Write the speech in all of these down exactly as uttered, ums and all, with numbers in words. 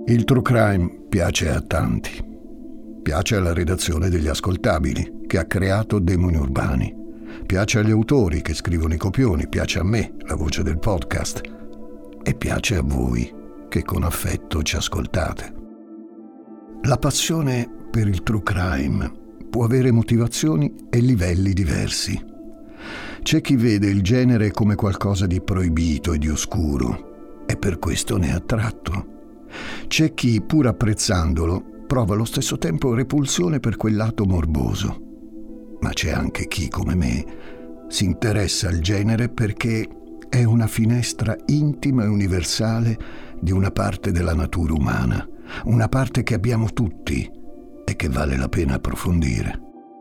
Il true crime piace a tanti. Piace alla redazione degli Ascoltabili, che ha creato Demoni Urbani. Piace agli autori che scrivono i copioni, piace a me, la voce del podcast, e piace a voi che con affetto ci ascoltate. La passione per il true crime può avere motivazioni e livelli diversi. C'è chi vede il genere come qualcosa di proibito e di oscuro e per questo ne è attratto. C'è chi, pur apprezzandolo, prova allo stesso tempo repulsione per quel lato morboso. Ma c'è anche chi, come me, si interessa al genere perché è una finestra intima e universale di una parte della natura umana, una parte che abbiamo tutti e che vale la pena approfondire.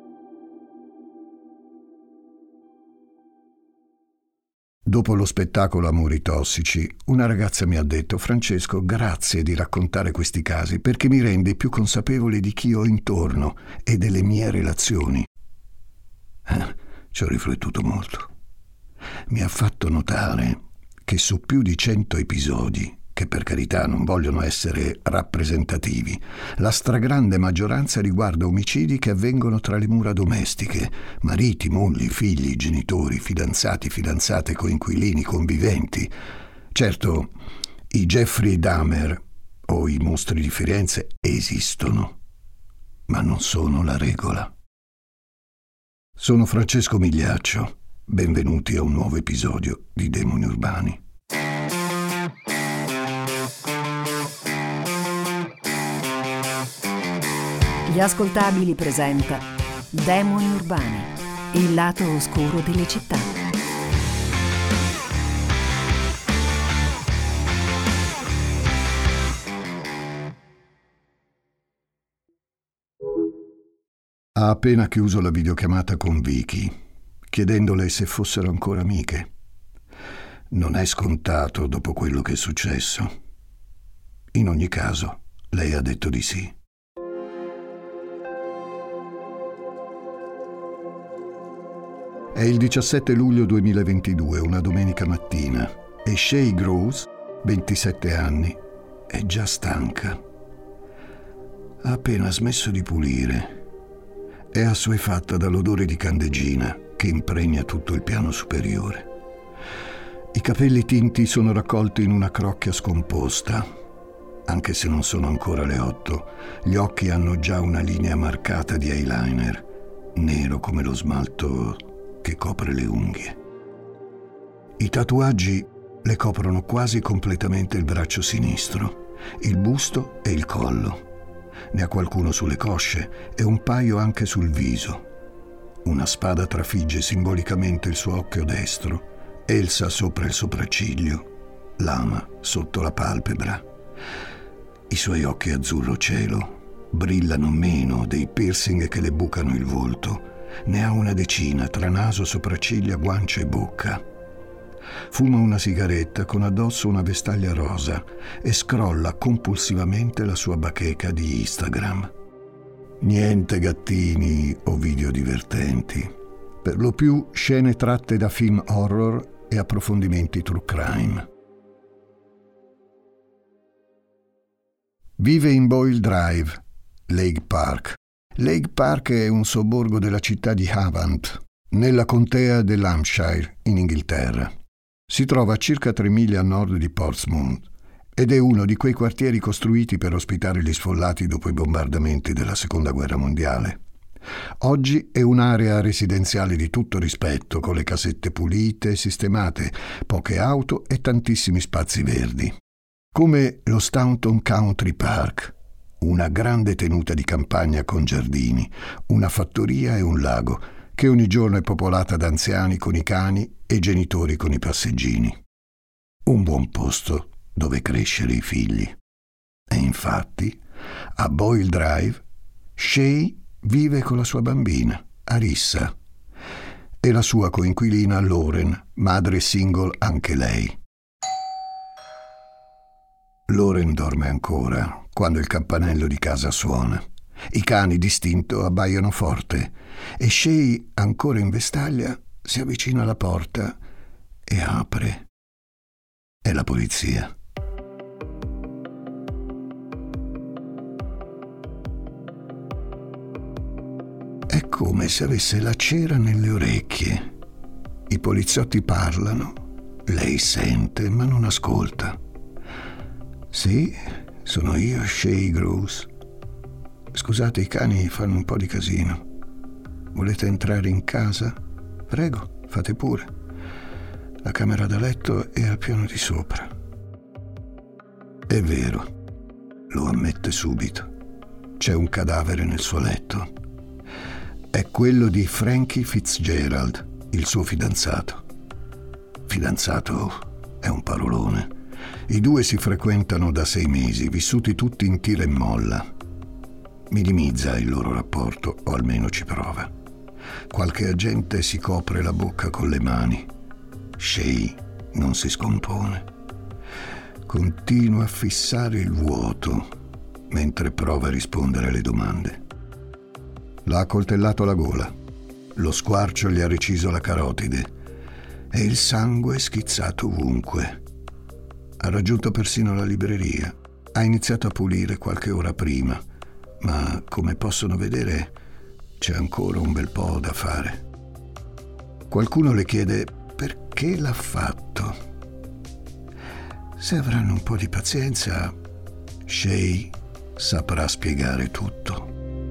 Dopo lo spettacolo Amori tossici, una ragazza mi ha detto: Francesco, grazie di raccontare questi casi perché mi rende più consapevole di chi ho intorno e delle mie relazioni. Eh, ci ho riflettuto molto. Mi ha fatto notare che su più di cento episodi, che per carità non vogliono essere rappresentativi, la stragrande maggioranza riguarda omicidi che avvengono tra le mura domestiche, mariti, mogli, figli, genitori, fidanzati, fidanzate, coinquilini, conviventi. Certo, i Jeffrey Dahmer o i mostri di Firenze esistono, ma non sono la regola. Sono Francesco Migliaccio, benvenuti a un nuovo episodio di Demoni Urbani. Gli Ascoltabili presenta Demoni Urbani, il lato oscuro delle città. Ha appena chiuso la videochiamata con Vicky, chiedendole se fossero ancora amiche. Non è scontato dopo quello che è successo. In ogni caso, lei ha detto di sì. È il diciassette luglio duemilaventidue, una domenica mattina, e Shay Groves, ventisette anni, è già stanca. Ha appena smesso di pulire. È assuefatta dall'odore di candeggina che impregna tutto il piano superiore. I capelli tinti sono raccolti in una crocchia scomposta. Anche se non sono ancora le otto, gli occhi hanno già una linea marcata di eyeliner, nero come lo smalto che copre le unghie. I tatuaggi le coprono quasi completamente il braccio sinistro, il busto e il collo. Ne ha qualcuno sulle cosce e un paio anche sul viso. Una spada trafigge simbolicamente il suo occhio destro, Elsa sopra il sopracciglio, lama sotto la palpebra. I suoi occhi azzurro cielo brillano meno dei piercing che le bucano il volto. Ne ha una decina tra naso, sopracciglia, guancia e bocca. Fuma una sigaretta con addosso una vestaglia rosa e scrolla compulsivamente la sua bacheca di Instagram. Niente gattini o video divertenti. Per lo più scene tratte da film horror e approfondimenti true crime. Vive in Boyle Drive, Lake Park. Lake Park è un sobborgo della città di Havant, nella contea dell'Hampshire, in Inghilterra. Si trova a circa tre miglia a nord di Portsmouth ed è uno di quei quartieri costruiti per ospitare gli sfollati dopo i bombardamenti della Seconda Guerra Mondiale. Oggi è un'area residenziale di tutto rispetto, con le casette pulite e sistemate, poche auto e tantissimi spazi verdi. Come lo Staunton Country Park, una grande tenuta di campagna con giardini, una fattoria e un lago, che ogni giorno è popolata da anziani con i cani e genitori con i passeggini. Un buon posto dove crescere i figli. E infatti, a Boyle Drive, Shay vive con la sua bambina, Arissa, e la sua coinquilina Lauren, madre single anche lei. Lauren dorme ancora quando il campanello di casa suona. I cani d'istinto abbaiano forte e Shay, ancora in vestaglia, si avvicina alla porta e apre. È la polizia. come se avesse la cera nelle orecchie. I poliziotti parlano, lei sente ma non ascolta. Sì, sono io, Shay Groves. Scusate, i cani fanno un po' di casino. Volete entrare in casa? Prego, fate pure. La camera da letto è al piano di sopra. È vero, lo ammette subito. C'è un cadavere nel suo letto. È quello di Frankie Fitzgerald, il suo fidanzato. Fidanzato è un parolone. I due si frequentano da sei mesi, vissuti tutti in tira e molla. Minimizza il loro rapporto, o almeno ci prova. Qualche agente si copre la bocca con le mani. Shay non si scompone. Continua a fissare il vuoto mentre prova a rispondere alle domande. L'ha accoltellato alla gola. Lo squarcio gli ha reciso la carotide e il sangue è schizzato ovunque. Ha raggiunto persino la libreria. Ha iniziato a pulire qualche ora prima, ma come possono vedere c'è ancora un bel po' da fare. Qualcuno le chiede perché l'ha fatto. Se avranno un po' di pazienza, Shay saprà spiegare tutto.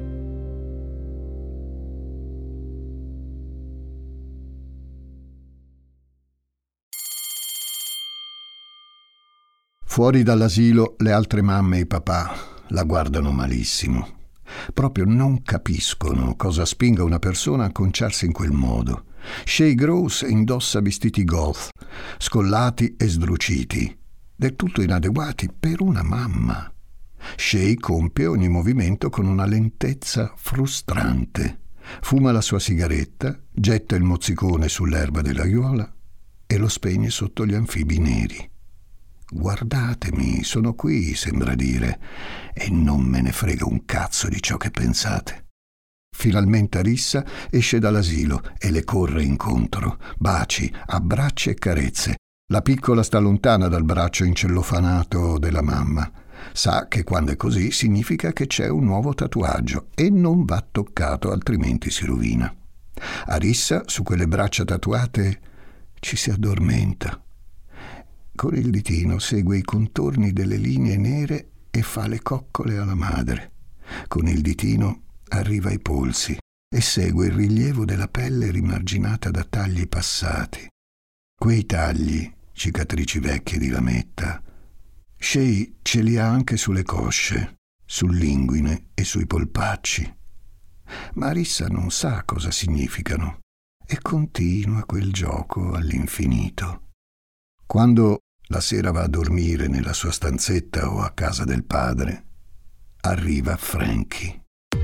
Fuori dall'asilo le altre mamme e i papà la guardano malissimo. Proprio non capiscono cosa spinga una persona a conciarsi in quel modo. Shay Groves indossa vestiti goth, scollati e sdruciti, del tutto inadeguati per una mamma. Shay compie ogni movimento con una lentezza frustrante. Fuma la sua sigaretta, getta il mozzicone sull'erba dell'aiuola e lo spegne sotto gli anfibi neri. Guardatemi, sono qui, sembra dire, e non me ne frega un cazzo di ciò che pensate. Finalmente Arissa esce dall'asilo e le corre incontro. Baci, abbracci e carezze. La piccola sta lontana dal braccio incellofanato della mamma. Sa che quando è così significa che c'è un nuovo tatuaggio e non va toccato, altrimenti si rovina. Arissa, su quelle braccia tatuate, ci si addormenta. Con il ditino segue i contorni delle linee nere e fa le coccole alla madre. Con il ditino arriva ai polsi e segue il rilievo della pelle rimarginata da tagli passati. Quei tagli, cicatrici vecchie di lametta, Shay ce li ha anche sulle cosce, sull'inguine e sui polpacci. Ma Arissa non sa cosa significano e continua quel gioco all'infinito. Quando la sera va a dormire nella sua stanzetta o a casa del padre, arriva Frankie.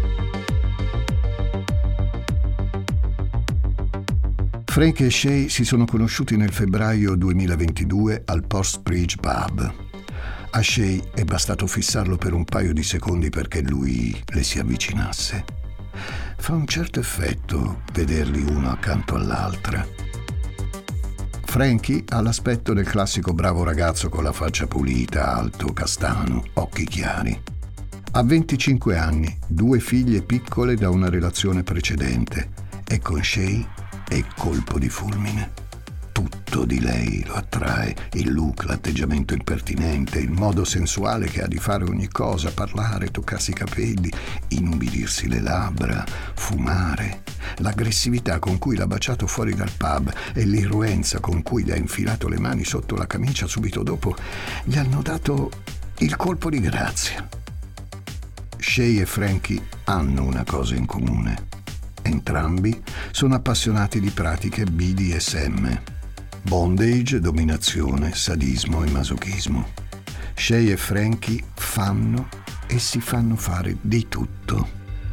Frankie e Shay si sono conosciuti nel febbraio duemilaventidue al Postbridge Pub. A Shay è bastato fissarlo per un paio di secondi perché lui le si avvicinasse. Fa un certo effetto vederli uno accanto all'altra. Frankie ha l'aspetto del classico bravo ragazzo con la faccia pulita, alto, castano, occhi chiari. Ha venticinque anni, due figlie piccole da una relazione precedente e con Shay è colpo di fulmine. Tutto di lei lo attrae, il look, l'atteggiamento impertinente, il modo sensuale che ha di fare ogni cosa, parlare, toccarsi i capelli, inumidirsi le labbra, fumare, l'aggressività con cui l'ha baciato fuori dal pub e l'irruenza con cui le ha infilato le mani sotto la camicia subito dopo gli hanno dato il colpo di grazia. Shay e Frankie hanno una cosa in comune. Entrambi sono appassionati di pratiche B D S M. Bondage, dominazione, sadismo e masochismo. Shay e Frankie fanno e si fanno fare di tutto.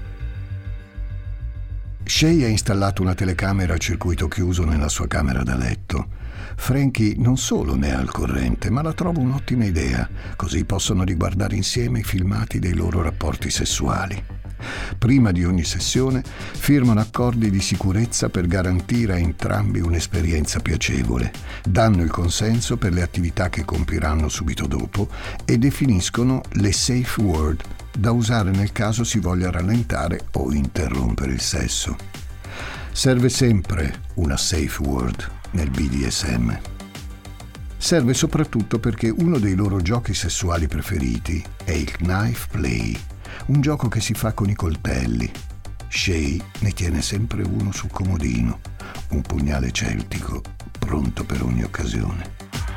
Shay ha installato una telecamera a circuito chiuso nella sua camera da letto. Frankie non solo ne è al corrente, ma la trova un'ottima idea, così possono riguardare insieme i filmati dei loro rapporti sessuali. Prima di ogni sessione firmano accordi di sicurezza per garantire a entrambi un'esperienza piacevole, danno il consenso per le attività che compiranno subito dopo e definiscono le safe word da usare nel caso si voglia rallentare o interrompere il sesso. Serve sempre una safe word nel B D S M. Serve soprattutto perché uno dei loro giochi sessuali preferiti è il knife play, un gioco che si fa con i coltelli. Shay ne tiene sempre uno sul comodino, un pugnale celtico pronto per ogni occasione.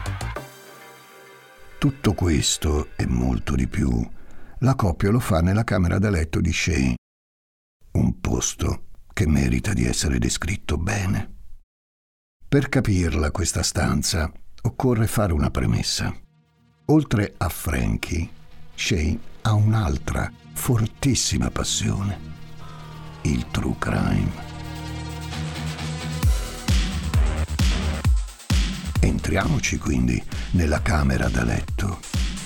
Tutto questo e molto di più la coppia lo fa nella camera da letto di Shay, un posto che merita di essere descritto bene. Per capirla questa stanza occorre fare una premessa. Oltre a Frankie, Shay ha un'altra fortissima passione: il true crime. Entriamoci quindi nella camera da letto.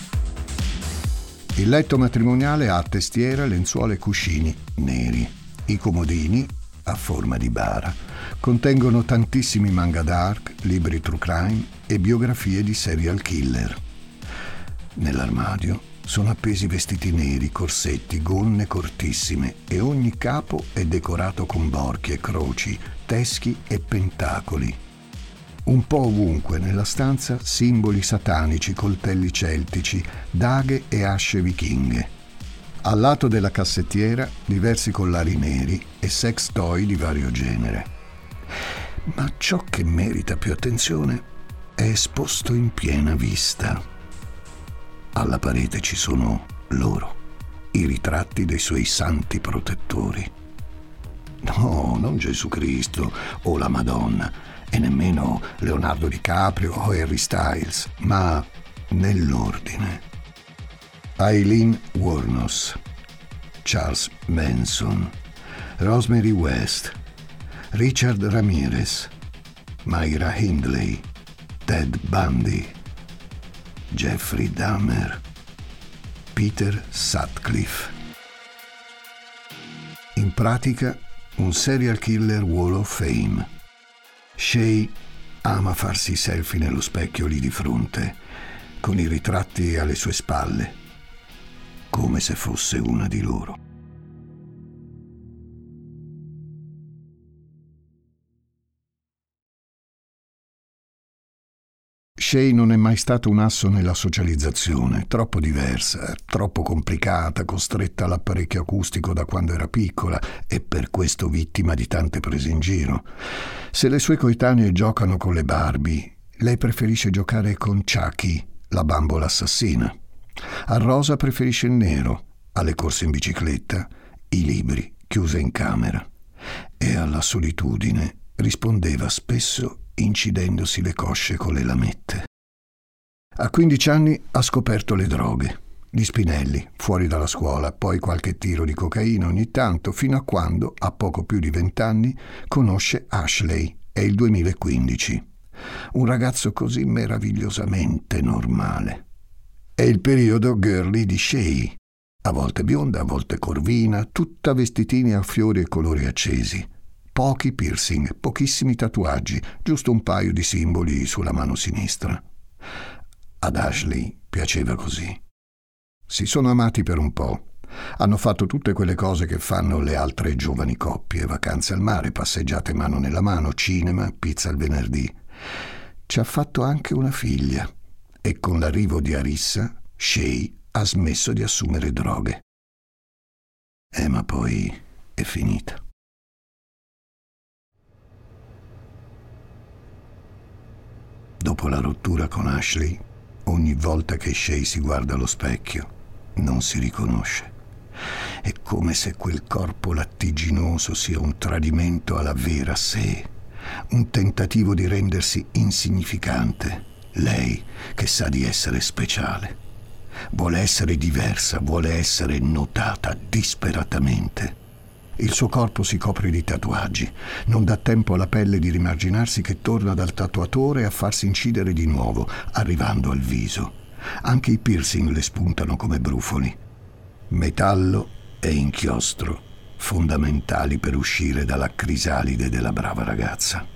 Il letto matrimoniale ha testiera, lenzuola e cuscini neri. I comodini, a forma di bara, contengono tantissimi manga dark, libri true crime e biografie di serial killer. Nell'armadio sono appesi vestiti neri, corsetti, gonne cortissime e ogni capo è decorato con borchie, croci, teschi e pentacoli. Un po' ovunque nella stanza simboli satanici, coltelli celtici, daghe e asce vichinghe. Al lato della cassettiera diversi collari neri e sex toy di vario genere. Ma ciò che merita più attenzione è esposto in piena vista. Alla parete ci sono loro, i ritratti dei suoi santi protettori. No, non Gesù Cristo o la Madonna, e nemmeno Leonardo DiCaprio o Harry Styles, ma nell'ordine: Aileen Wuornos, Charles Manson, Rosemary West, Richard Ramirez, Myra Hindley, Ted Bundy, Jeffrey Dahmer, Peter Sutcliffe. In pratica, un serial killer Wall of Fame. Shay ama farsi selfie nello specchio lì di fronte, con i ritratti alle sue spalle, come se fosse una di loro. Shay non è mai stato un asso nella socializzazione, troppo diversa, troppo complicata, costretta all'apparecchio acustico da quando era piccola e per questo vittima di tante prese in giro. Se le sue coetanee giocano con le Barbie, lei preferisce giocare con Chucky, la bambola assassina. A Rosa preferisce il nero, alle corse in bicicletta, i libri, chiusa in camera. E alla solitudine rispondeva spesso incidendosi le cosce con le lamette. A quindici anni ha scoperto le droghe, gli spinelli, fuori dalla scuola, poi qualche tiro di cocaina ogni tanto, fino a quando, a poco più di vent'anni, conosce Ashley. È il duemilaquindici. Un ragazzo così meravigliosamente normale. È il periodo girly di Shay, a volte bionda, a volte corvina, tutta vestitini a fiori e colori accesi. Pochi piercing, pochissimi tatuaggi, giusto un paio di simboli sulla mano sinistra. Ad Ashley piaceva così. Si sono amati per un po'. Hanno fatto tutte quelle cose che fanno le altre giovani coppie: vacanze al mare, passeggiate mano nella mano, cinema, pizza il venerdì. Ci ha fatto anche una figlia e con l'arrivo di Arissa, Shay ha smesso di assumere droghe. Eh, ma poi è finita. Dopo la rottura con Ashley, ogni volta che Shay si guarda allo specchio, non si riconosce. È come se quel corpo lattiginoso sia un tradimento alla vera sé, un tentativo di rendersi insignificante. Lei, che sa di essere speciale, vuole essere diversa, vuole essere notata disperatamente. Il suo corpo si copre di tatuaggi. Non dà tempo alla pelle di rimarginarsi che torna dal tatuatore a farsi incidere di nuovo, arrivando al viso. Anche i piercing le spuntano come brufoli. Metallo e inchiostro, fondamentali per uscire dalla crisalide della brava ragazza.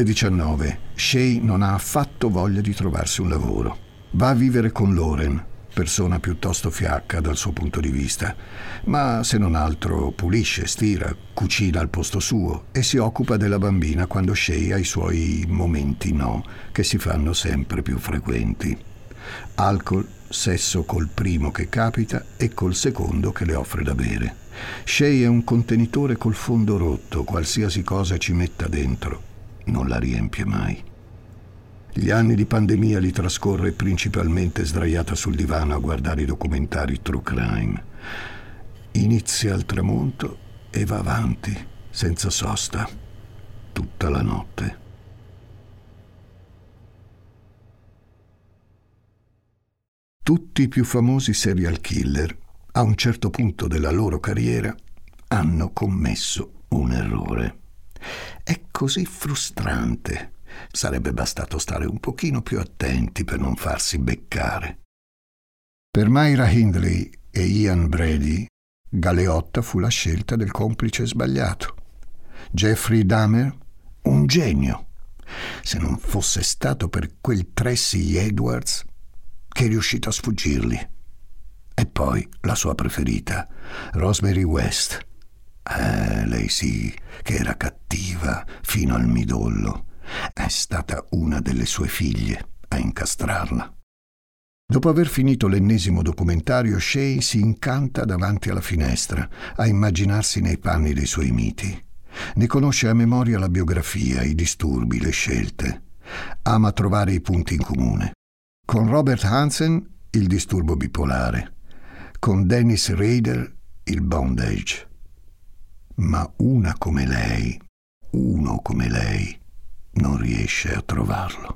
duemiladiciannove. Shay non ha affatto voglia di trovarsi un lavoro. Va a vivere con Lauren, persona piuttosto fiacca dal suo punto di vista, ma se non altro pulisce, stira, cucina al posto suo e si occupa della bambina quando Shay ha i suoi momenti no, che si fanno sempre più frequenti. Alcol, sesso col primo che capita e col secondo che le offre da bere. Shay è un contenitore col fondo rotto, qualsiasi cosa ci metta dentro, non la riempie mai. Gli anni di pandemia li trascorre principalmente sdraiata sul divano a guardare i documentari true crime. Inizia al tramonto e va avanti, senza sosta, tutta la notte. Tutti i più famosi serial killer, a un certo punto della loro carriera, hanno commesso un errore. È così frustrante. Sarebbe bastato stare un pochino più attenti per non farsi beccare. Per Myra Hindley e Ian Brady, Galeotta fu la scelta del complice sbagliato. Jeffrey Dahmer, un genio. Se non fosse stato per quel Tracy Edwards che è riuscito a sfuggirgli. E poi la sua preferita, Rosemary West. Eh, lei sì, che era cattiva fino al midollo. È stata una delle sue figlie a incastrarla. Dopo aver finito l'ennesimo documentario, Shay si incanta davanti alla finestra a immaginarsi nei panni dei suoi miti. Ne conosce a memoria la biografia, i disturbi, le scelte. Ama trovare i punti in comune. Con Robert Hansen il disturbo bipolare, con Dennis Rader il bondage. Ma una come lei, uno come lei, non riesce a trovarlo.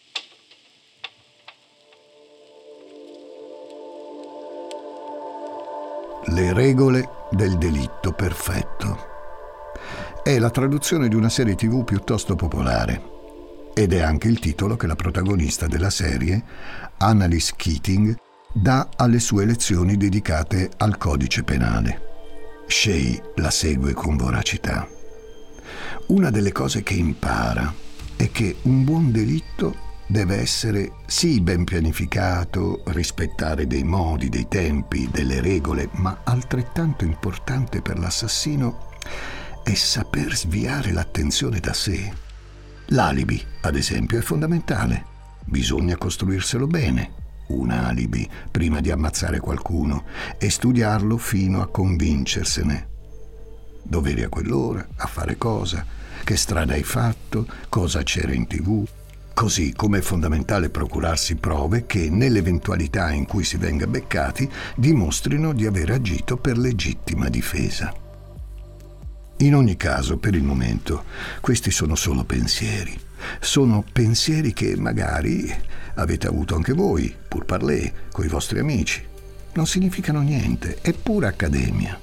Le regole del delitto perfetto. È la traduzione di una serie tivù piuttosto popolare ed è anche il titolo che la protagonista della serie, Annalise Keating, dà alle sue lezioni dedicate al codice penale. Shay la segue con voracità. Una delle cose che impara è che un buon delitto deve essere sì ben pianificato, rispettare dei modi, dei tempi, delle regole, ma altrettanto importante per l'assassino è saper sviare l'attenzione da sé. L'alibi, ad esempio, è fondamentale. Bisogna costruirselo bene, un alibi, prima di ammazzare qualcuno e studiarlo fino a convincersene. Dove eri a quell'ora, a fare cosa, che strada hai fatto, cosa c'era in tivù. Così come è fondamentale procurarsi prove che, nell'eventualità in cui si venga beccati, dimostrino di aver agito per legittima difesa. In ogni caso, per il momento, questi sono solo pensieri. Sono pensieri che magari avete avuto anche voi, pur parlé, coi vostri amici. Non significano niente, è pura accademia.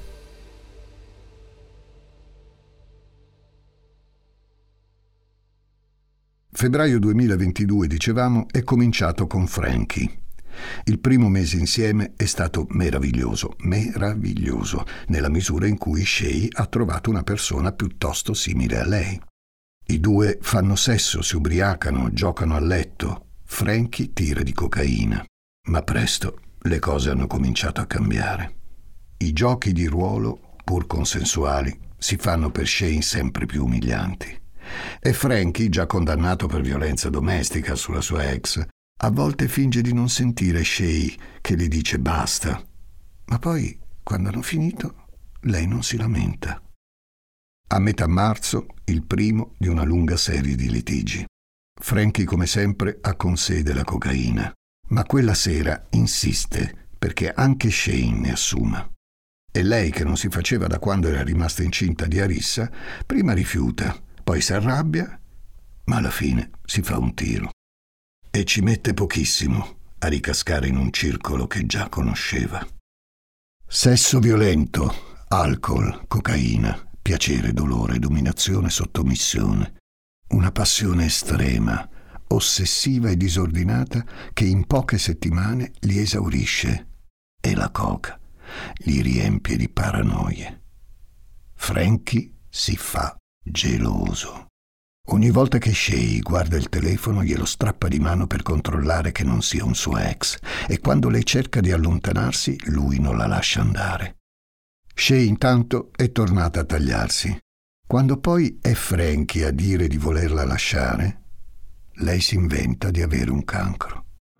Febbraio duemilaventidue, dicevamo, è cominciato con Frankie. Il primo mese insieme è stato meraviglioso, meraviglioso, nella misura in cui Shay ha trovato una persona piuttosto simile a lei. I due fanno sesso, si ubriacano, giocano a letto. Frankie tira di cocaina. Ma presto le cose hanno cominciato a cambiare. I giochi di ruolo, pur consensuali, si fanno per Shay sempre più umilianti. E Frankie, già condannato per violenza domestica sulla sua ex, a volte finge di non sentire Shay che le dice basta, ma poi, quando hanno finito, lei non si lamenta. A metà marzo, il primo di una lunga serie di litigi. Frankie, come sempre, ha con sé della cocaina, ma quella sera insiste perché anche Shane ne assuma. E lei, che non si faceva da quando era rimasta incinta di Arissa, prima rifiuta, poi si arrabbia, ma alla fine si fa un tiro. E ci mette pochissimo a ricascare in un circolo che già conosceva. Sesso violento, alcol, cocaina, piacere, dolore, dominazione, sottomissione. Una passione estrema, ossessiva e disordinata che in poche settimane li esaurisce. E la coca li riempie di paranoie. Frankie si fa geloso. Ogni volta che Shay guarda il telefono glielo strappa di mano per controllare che non sia un suo ex, e quando lei cerca di allontanarsi, lui non la lascia andare. Shay intanto è tornata a tagliarsi. Quando poi è Frankie a dire di volerla lasciare, lei si inventa di avere un cancro.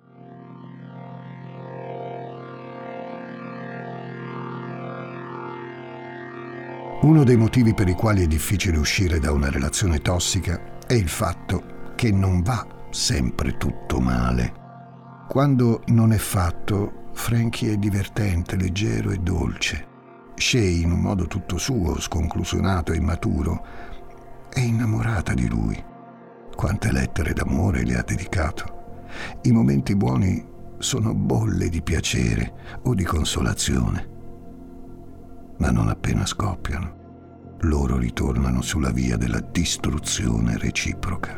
Uno dei motivi per i quali è difficile uscire da una relazione tossica è il fatto che non va sempre tutto male. Quando non è fatto, Frankie è divertente, leggero e dolce. Shay, in un modo tutto suo, sconclusionato e immaturo, è innamorata di lui. Quante lettere d'amore le ha dedicato. I momenti buoni sono bolle di piacere o di consolazione. Ma non appena scoppiano, loro ritornano sulla via della distruzione reciproca.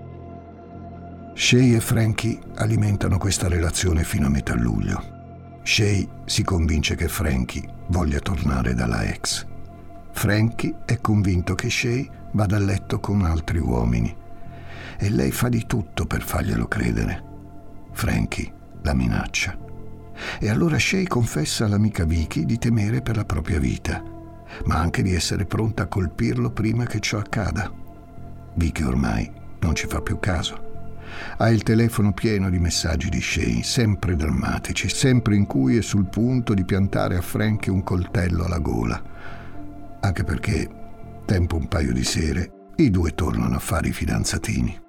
Shay e Frankie alimentano questa relazione fino a metà luglio. Shay si convince che Frankie voglia tornare dalla ex. Frankie è convinto che Shay vada a letto con altri uomini e lei fa di tutto per farglielo credere. Frankie la minaccia. E allora Shay confessa all'amica Vicky di temere per la propria vita, ma anche di essere pronta a colpirlo prima che ciò accada. Vicky ormai non ci fa più caso. Ha il telefono pieno di messaggi di Shay, sempre drammatici, sempre in cui è sul punto di piantare a Frankie un coltello alla gola. Anche perché, tempo un paio di sere, i due tornano a fare i fidanzatini.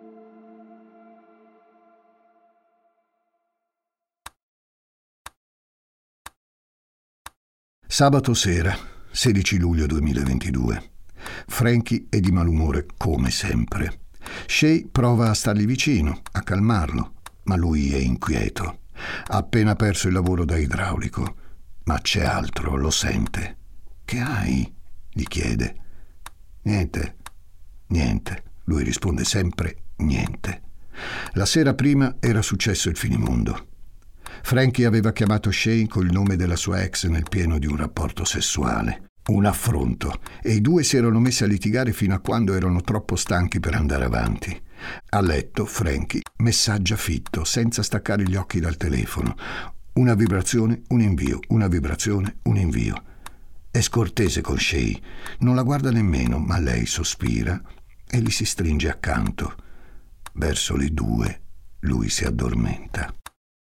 Sabato sera, sedici luglio duemilaventidue. Frankie è di malumore come sempre. Shay prova a stargli vicino, a calmarlo, ma lui è inquieto. Ha appena perso il lavoro da idraulico, ma c'è altro, lo sente. «Che hai?» gli chiede. «Niente, niente», lui risponde sempre «niente». La sera prima era successo il finimondo. Frankie aveva chiamato Shay col nome della sua ex nel pieno di un rapporto sessuale. Un affronto, e i due si erano messi a litigare fino a quando erano troppo stanchi per andare avanti. A letto, Frankie messaggia fitto, senza staccare gli occhi dal telefono. Una vibrazione, un invio, una vibrazione, un invio. È scortese con Shay, non la guarda nemmeno, ma lei sospira e gli si stringe accanto. Verso le due, lui si addormenta.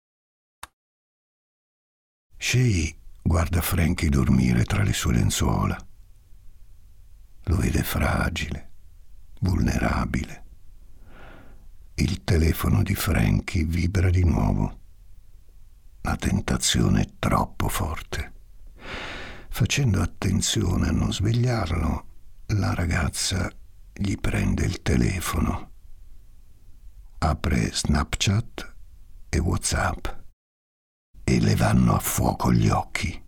Shay guarda Frankie dormire tra le sue lenzuola. Lo vede fragile, vulnerabile. Il telefono di Frankie vibra di nuovo. La tentazione è troppo forte. Facendo attenzione a non svegliarlo, la ragazza gli prende il telefono. Apre Snapchat e WhatsApp e le vanno a fuoco gli occhi.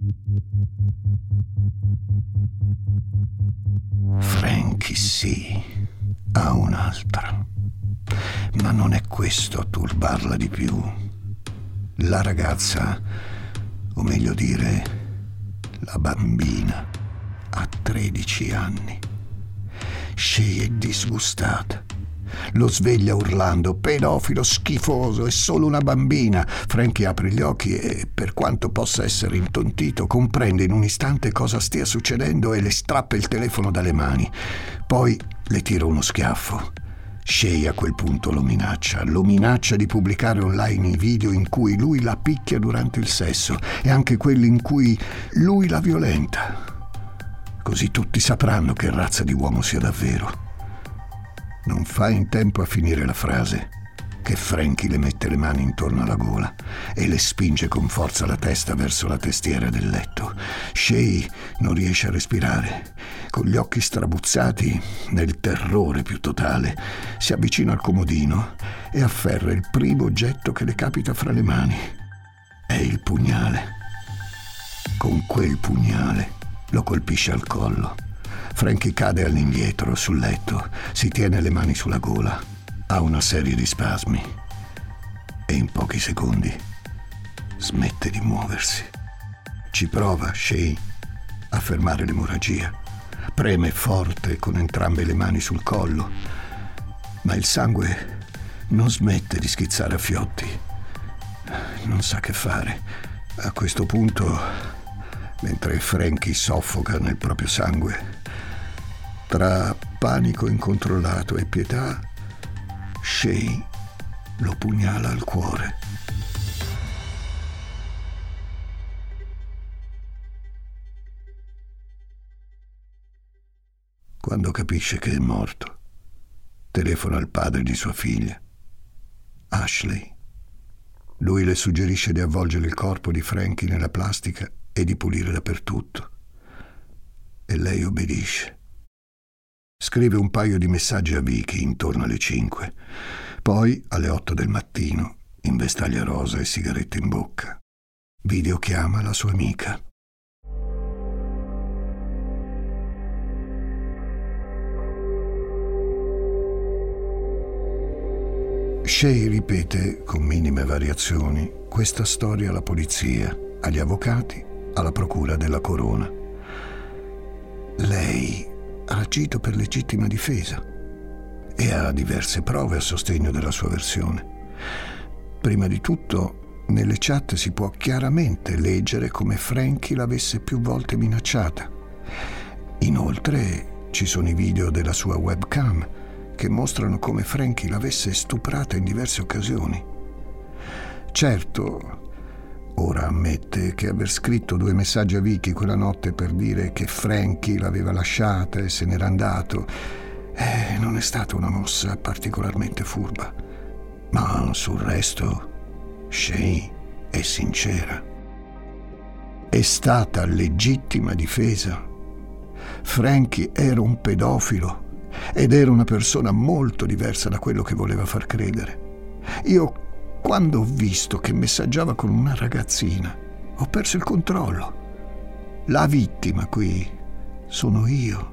Frankie sì, ha un'altra. Ma non è questo a turbarla di più. La ragazza, o meglio dire, la bambina, ha tredici anni. Shay è disgustata. Lo sveglia urlando: pedofilo schifoso, è solo una bambina. Frankie apre gli occhi e, per quanto possa essere intontito, comprende in un istante cosa stia succedendo e le strappa il telefono dalle mani. Poi le tira uno schiaffo. Shay a quel punto lo minaccia, lo minaccia di pubblicare online i video in cui lui la picchia durante il sesso e anche quelli in cui lui la violenta. Così tutti sapranno che razza di uomo sia davvero. Non fa in tempo a finire la frase che Frankie le mette le mani intorno alla gola e le spinge con forza la testa verso la testiera del letto. Shay non riesce a respirare. Con gli occhi strabuzzati, nel terrore più totale, si avvicina al comodino e afferra il primo oggetto che le capita fra le mani. È il pugnale. Con quel pugnale lo colpisce al collo. Frankie cade all'indietro sul letto, si tiene le mani sulla gola, ha una serie di spasmi e in pochi secondi smette di muoversi. Ci prova Shay a fermare l'emorragia. Preme forte con entrambe le mani sul collo, Ma il sangue non smette di schizzare a fiotti. Non sa che fare. A questo punto, mentre Frankie soffoca nel proprio sangue, tra panico incontrollato e pietà, Shane lo pugnala al cuore. Quando capisce che è morto, telefona al padre di sua figlia, Ashley. Lui le suggerisce di avvolgere il corpo di Frankie nella plastica e di pulire dappertutto. E lei obbedisce. Scrive un paio di messaggi a Vicky intorno alle cinque. Poi, alle otto del mattino, in vestaglia rosa e sigarette in bocca, videochiama la sua amica. Shay ripete, con minime variazioni, questa storia alla polizia, agli avvocati, alla procura della corona. Lei ha agito per legittima difesa e ha diverse prove a sostegno della sua versione. Prima di tutto, nelle chat si può chiaramente leggere come Frankie l'avesse più volte minacciata. Inoltre, ci sono i video della sua webcam che mostrano come Frankie l'avesse stuprata in diverse occasioni. Certo, ora ammette che aver scritto due messaggi a Vicky quella notte per dire che Frankie l'aveva lasciata e se n'era andato eh, non è stata una mossa particolarmente furba. Ma sul resto, Shane è sincera. È stata legittima difesa. Frankie era un pedofilo ed era una persona molto diversa da quello che voleva far credere. Io, quando ho visto che messaggiava con una ragazzina, ho perso il controllo. La vittima qui sono io.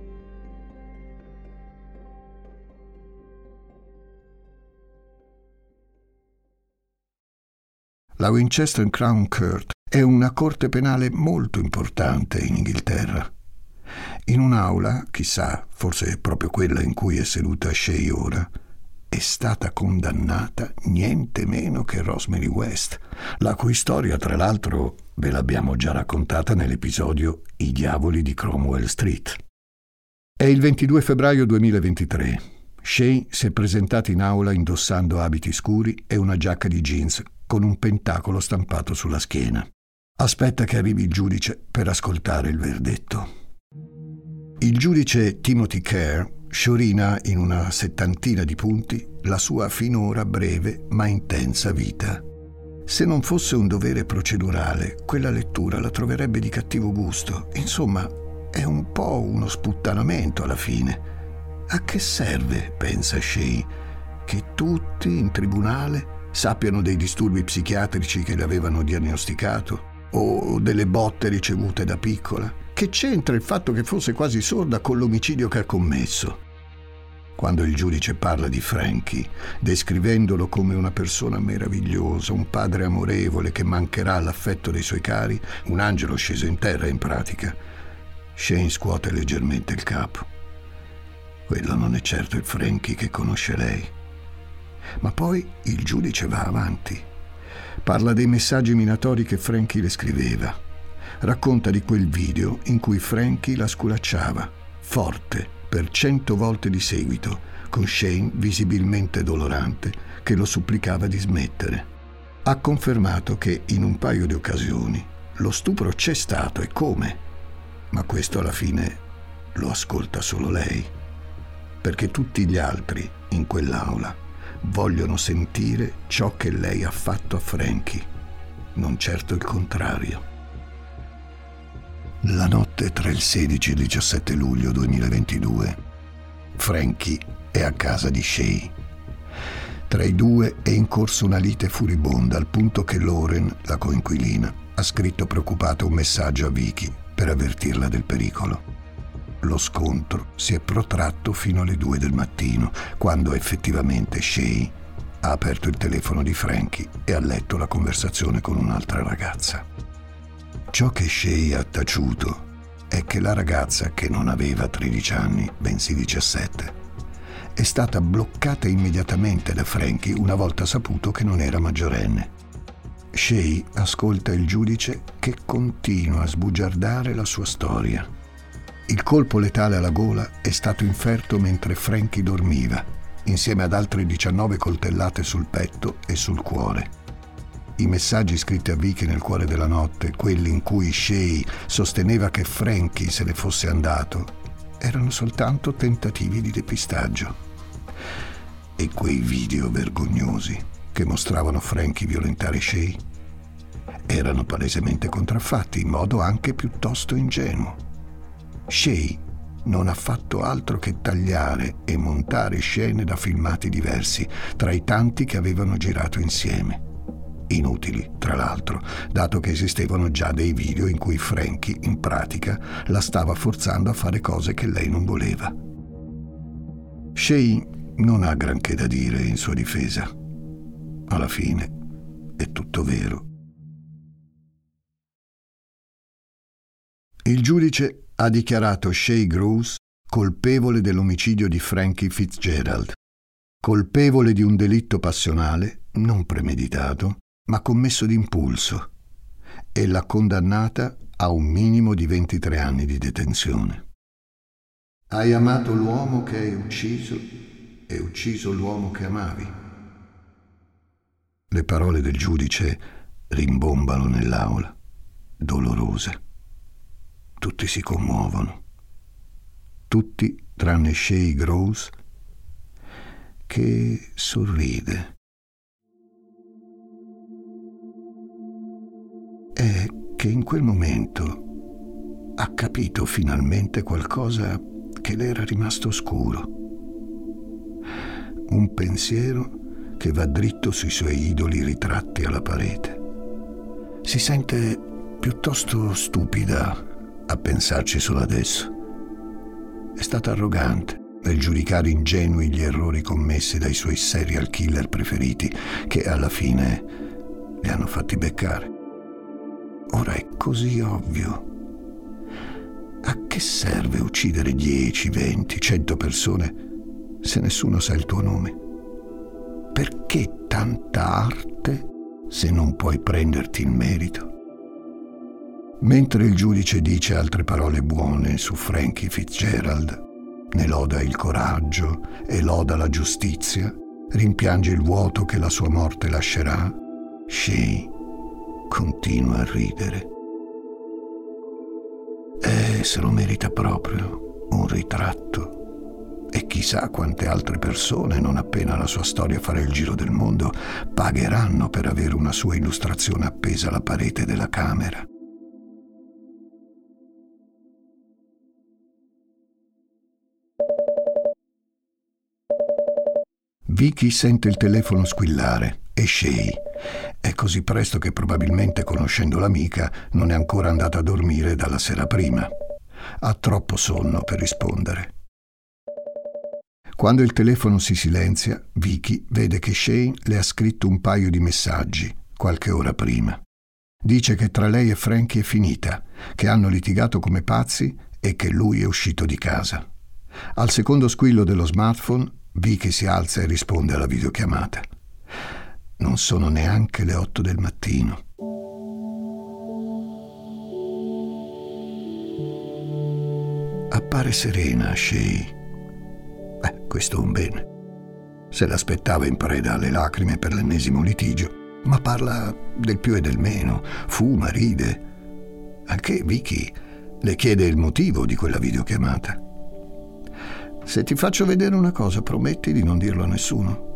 La Winchester Crown Court è una corte penale molto importante in Inghilterra. In un'aula, chissà, forse proprio quella in cui è seduta Shay ora, è stata condannata niente meno che Rosemary West, la cui storia, tra l'altro, ve l'abbiamo già raccontata nell'episodio I diavoli di Cromwell Street. È il ventidue febbraio duemilaventitré. Shay si è presentata in aula indossando abiti scuri e una giacca di jeans con un pentacolo stampato sulla schiena. Aspetta che arrivi il giudice per ascoltare il verdetto. Il giudice Timothy Kerr sciorina in una settantina di punti la sua finora breve ma intensa vita. Se non fosse un dovere procedurale, quella lettura la troverebbe di cattivo gusto. Insomma, è un po' uno sputtanamento alla fine. A che serve, pensa Shay, che tutti in tribunale sappiano dei disturbi psichiatrici che le avevano diagnosticato o delle botte ricevute da piccola? Che c'entra il fatto che fosse quasi sorda con l'omicidio che ha commesso? Quando il giudice parla di Frankie, descrivendolo come una persona meravigliosa, un padre amorevole che mancherà all'affetto dei suoi cari, un angelo sceso in terra in pratica, Shane scuote leggermente il capo. Quello non è certo il Frankie che conosce lei. Ma poi il giudice va avanti. Parla dei messaggi minatori che Frankie le scriveva. Racconta di quel video in cui Frankie la sculacciava, forte, per cento volte di seguito, con Shane visibilmente dolorante che lo supplicava di smettere. Ha confermato che in un paio di occasioni lo stupro c'è stato e come, ma questo alla fine lo ascolta solo lei, perché tutti gli altri in quell'aula vogliono sentire ciò che lei ha fatto a Frankie, non certo il contrario. La notte tra il sedici e il diciassette luglio duemilaventidue, Frankie è a casa di Shay. Tra i due è in corso una lite furibonda, al punto che Lauren, la coinquilina, ha scritto preoccupato un messaggio a Vicky per avvertirla del pericolo. Lo scontro si è protratto fino alle due del mattino, quando effettivamente Shay ha aperto il telefono di Frankie e ha letto la conversazione con un'altra ragazza. Ciò che Shay ha taciuto è che la ragazza, che non aveva tredici anni, bensì diciassette, è stata bloccata immediatamente da Frankie una volta saputo che non era maggiorenne. Shay ascolta il giudice che continua a sbugiardare la sua storia. Il colpo letale alla gola è stato inferto mentre Frankie dormiva, insieme ad altre diciannove coltellate sul petto e sul cuore. I messaggi scritti a Vicky nel cuore della notte, quelli in cui Shay sosteneva che Frankie se ne fosse andato, erano soltanto tentativi di depistaggio. E quei video vergognosi che mostravano Frankie violentare Shay erano palesemente contraffatti in modo anche piuttosto ingenuo. Shay non ha fatto altro che tagliare e montare scene da filmati diversi, tra i tanti che avevano girato insieme. Inutili, tra l'altro, dato che esistevano già dei video in cui Frankie, in pratica, la stava forzando a fare cose che lei non voleva. Shay non ha granché da dire in sua difesa. Alla fine è tutto vero. Il giudice ha dichiarato Shay Groves colpevole dell'omicidio di Frankie Fitzgerald, colpevole di un delitto passionale non premeditato, ma commesso d'impulso, e l'ha condannata a un minimo di ventitré anni di detenzione. Hai amato l'uomo che hai ucciso e ucciso l'uomo che amavi. Le parole del giudice rimbombano nell'aula, dolorose. Tutti si commuovono. Tutti tranne Shay Groves, che sorride. È che in quel momento ha capito finalmente qualcosa che le era rimasto oscuro. Un pensiero che va dritto sui suoi idoli ritratti alla parete. Si sente piuttosto stupida a pensarci solo adesso. È stata arrogante nel giudicare ingenui gli errori commessi dai suoi serial killer preferiti, che alla fine li hanno fatti beccare. Ora è così ovvio. A che serve uccidere dieci, venti, cento persone se nessuno sa il tuo nome? Perché tanta arte se non puoi prenderti il merito? Mentre il giudice dice altre parole buone su Frankie Fitzgerald, ne loda il coraggio e loda la giustizia, rimpiange il vuoto che la sua morte lascerà, Shay continua a ridere. E se lo merita proprio un ritratto. E chissà quante altre persone, non appena la sua storia farà il giro del mondo, pagheranno per avere una sua illustrazione appesa alla parete della camera. Vicky sente il telefono squillare e Shay è così presto che probabilmente, conoscendo l'amica, non è ancora andata a dormire dalla sera prima. Ha troppo sonno per rispondere. Quando il telefono si silenzia, Vicky vede che Shane le ha scritto un paio di messaggi qualche ora prima. Dice che tra lei e Frankie è finita, che hanno litigato come pazzi e che lui è uscito di casa. Al secondo squillo dello smartphone, Vicky si alza e risponde alla videochiamata. Non sono neanche le otto del mattino. Appare serena Shay. Beh, questo è un bene. Se l'aspettava in preda alle lacrime per l'ennesimo litigio, ma parla del più e del meno, fuma, ride. Anche Vicky le chiede il motivo di quella videochiamata. Se ti faccio vedere una cosa, prometti di non dirlo a nessuno?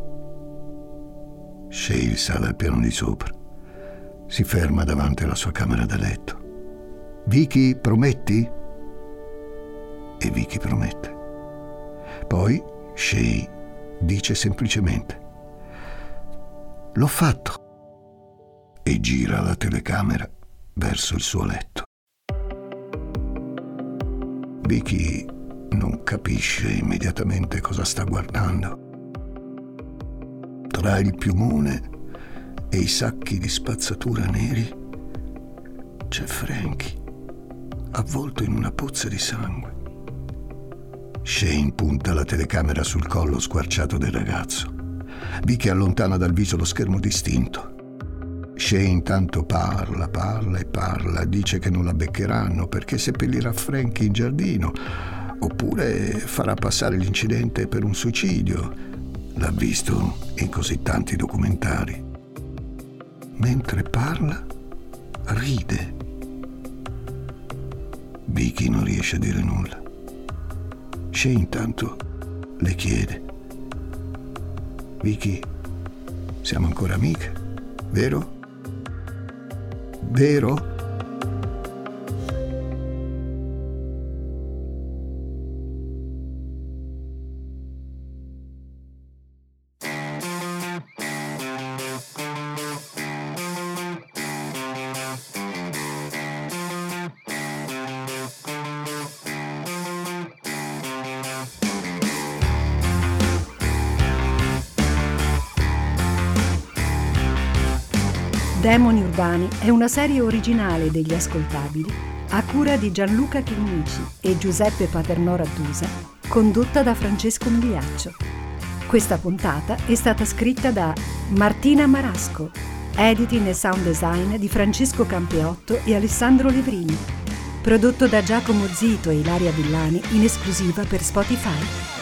Shay sale al piano di sopra. Si ferma davanti alla sua camera da letto. Vicky, prometti? E Vicky promette. Poi Shay dice semplicemente: l'ho fatto, e gira la telecamera verso il suo letto. Vicky non capisce immediatamente cosa sta guardando. Tra il piumone e i sacchi di spazzatura neri c'è Frankie, avvolto in una pozza di sangue. Shane punta la telecamera sul collo squarciato del ragazzo. Vicky allontana dal viso lo schermo distinto. Shane intanto parla, parla e parla, dice che non la beccheranno perché seppellirà Frank in giardino, oppure farà passare l'incidente per un suicidio. L'ha visto in così tanti documentari. Mentre parla, ride. Vicky non riesce a dire nulla. Shane intanto le chiede: Vicky, siamo ancora amiche, vero? Vero? Demoni urbani è una serie originale degli Ascoltabili a cura di Gianluca Chinnici e Giuseppe Paternò Raddusa, condotta da Francesco Migliaccio. Questa puntata è stata scritta da Martina Marasco, editing e sound design di Francesco Campeotto e Alessandro Levrini, prodotto da Giacomo Zito e Ilaria Villani in esclusiva per Spotify.